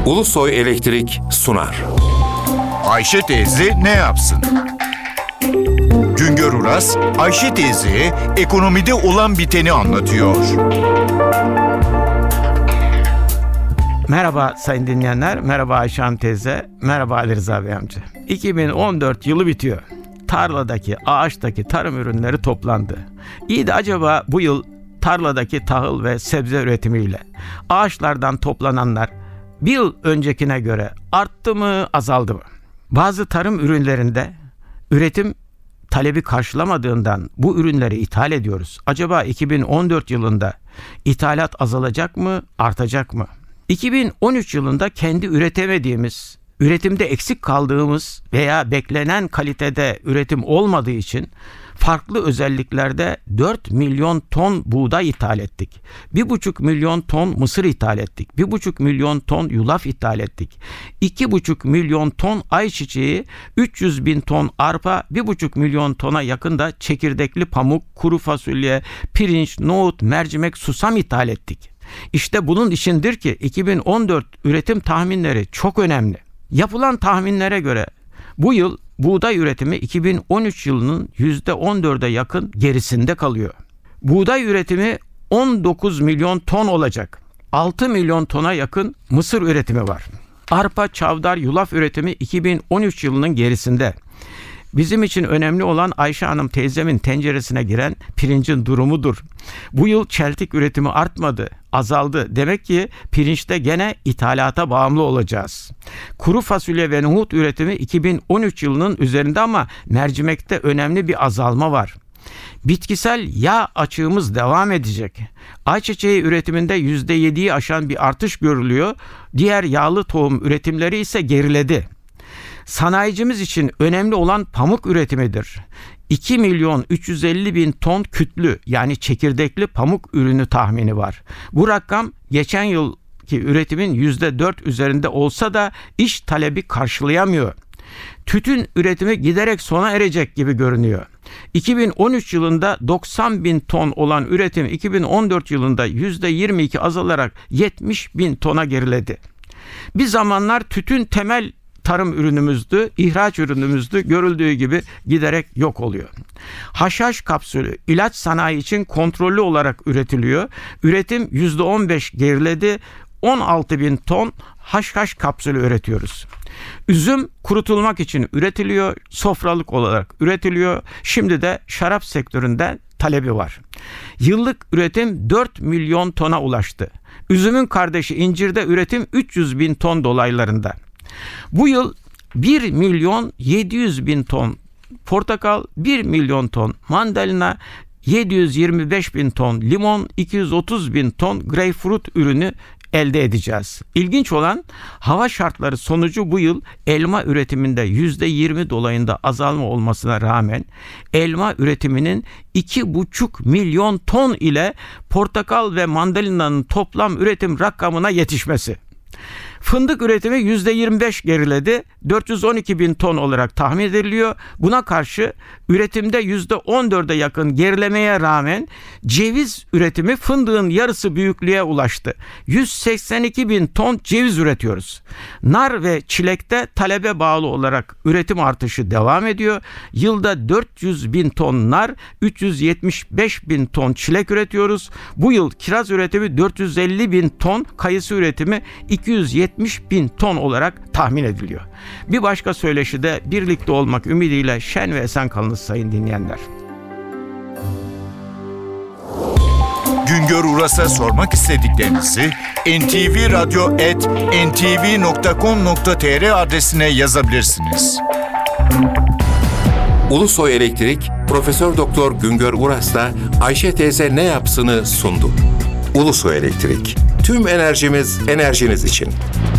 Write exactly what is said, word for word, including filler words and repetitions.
Ulusoy Elektrik sunar. Ayşe teyze ne yapsın? Güngör Uras, Ayşe teyzeye ekonomide olan biteni anlatıyor. Merhaba sayın dinleyenler, merhaba Ayşe Hanım teyze, merhaba Ali Rıza Bey amca. iki bin on dört yılı bitiyor. Tarladaki, ağaçtaki tarım ürünleri toplandı. İyi de acaba bu yıl tarladaki tahıl ve sebze üretimiyle ağaçlardan toplananlar bir yıl öncekine göre arttı mı, azaldı mı? Bazı tarım ürünlerinde üretim talebi karşılamadığından bu ürünleri ithal ediyoruz. Acaba iki bin on dört yılında ithalat azalacak mı, artacak mı? iki bin on üç yılında kendi üretemediğimiz, üretimde eksik kaldığımız veya beklenen kalitede üretim olmadığı için farklı özelliklerde dört milyon ton buğday ithal ettik. bir buçuk milyon ton mısır ithal ettik. bir buçuk milyon ton yulaf ithal ettik. iki buçuk milyon ton ayçiçeği, üç yüz bin ton arpa, bir buçuk milyon tona yakın da çekirdekli pamuk, kuru fasulye, pirinç, nohut, mercimek, susam ithal ettik. İşte bunun içindir ki iki bin on dört üretim tahminleri çok önemli. Yapılan tahminlere göre bu yıl buğday üretimi iki bin on üç yılının yüzde on dörde yakın gerisinde kalıyor. Buğday üretimi on dokuz milyon ton olacak. altı milyon tona yakın mısır üretimi var. Arpa, çavdar, yulaf üretimi iki bin on üç yılının gerisinde. Bizim için önemli olan Ayşe Hanım teyzemin tenceresine giren pirincin durumudur. Bu yıl çeltik üretimi artmadı, azaldı. Demek ki pirinçte gene ithalata bağımlı olacağız. Kuru fasulye ve nohut üretimi iki bin on üç yılının üzerinde ama mercimekte önemli bir azalma var. Bitkisel yağ açığımız devam edecek. Ayçiçeği üretiminde yüzde yediyi aşan bir artış görülüyor. Diğer yağlı tohum üretimleri ise geriledi. Sanayicimiz için önemli olan pamuk üretimidir. iki milyon üç yüz elli bin ton kütlü yani çekirdekli pamuk ürünü tahmini var. Bu rakam geçen yılki üretimin yüzde dört üzerinde olsa da iş talebi karşılayamıyor. Tütün üretimi giderek sona erecek gibi görünüyor. iki bin on üç yılında doksan bin ton olan üretim iki bin on dört yılında yüzde yirmi iki azalarak yetmiş bin tona geriledi. Bir zamanlar tütün temel tarım ürünümüzdü, ihraç ürünümüzdü, görüldüğü gibi giderek yok oluyor. Haşhaş kapsülü ilaç sanayi için kontrollü olarak üretiliyor. Üretim yüzde on beş geriledi, on altı bin ton haşhaş kapsülü üretiyoruz. Üzüm kurutulmak için üretiliyor, sofralık olarak üretiliyor. Şimdi de şarap sektöründen talebi var. Yıllık üretim dört milyon tona ulaştı. Üzümün kardeşi incirde üretim üç yüz bin ton dolaylarında. Bu yıl bir milyon yedi yüz bin ton portakal, bir milyon ton mandalina, yedi yüz yirmi beş bin ton limon, iki yüz otuz bin ton greyfurut ürünü elde edeceğiz. İlginç olan hava şartları sonucu bu yıl elma üretiminde yüzde yirmi dolayında azalma olmasına rağmen elma üretiminin iki buçuk milyon ton ile portakal ve mandalinanın toplam üretim rakamına yetişmesi. Fındık üretimi yüzde yirmi beş geriledi, dört yüz on iki bin ton olarak tahmin ediliyor. Buna karşı üretimde yüzde on dörde yakın gerilemeye rağmen ceviz üretimi fındığın yarısı büyüklüğe ulaştı. yüz seksen iki bin ton ceviz üretiyoruz. Nar ve çilekte talebe bağlı olarak üretim artışı devam ediyor. Yılda dört yüz bin ton nar, üç yüz yetmiş beş bin ton çilek üretiyoruz. Bu yıl kiraz üretimi dört yüz elli bin ton, kayısı üretimi iki yüz yetmiş bin ton olarak tahmin ediliyor. Bir başka söyleşide birlikte olmak ümidiyle şen ve esen kalınız sayın dinleyenler. Güngör Uras'a sormak istediklerinizi en ti vi radyo at en ti vi nokta com nokta tr adresine yazabilirsiniz. Ulusoy Elektrik Profesör Doktor Güngör Uras'la Ayşe teyze ne yapsını sundu. Ulusoy Elektrik. Tüm enerjimiz enerjiniz için.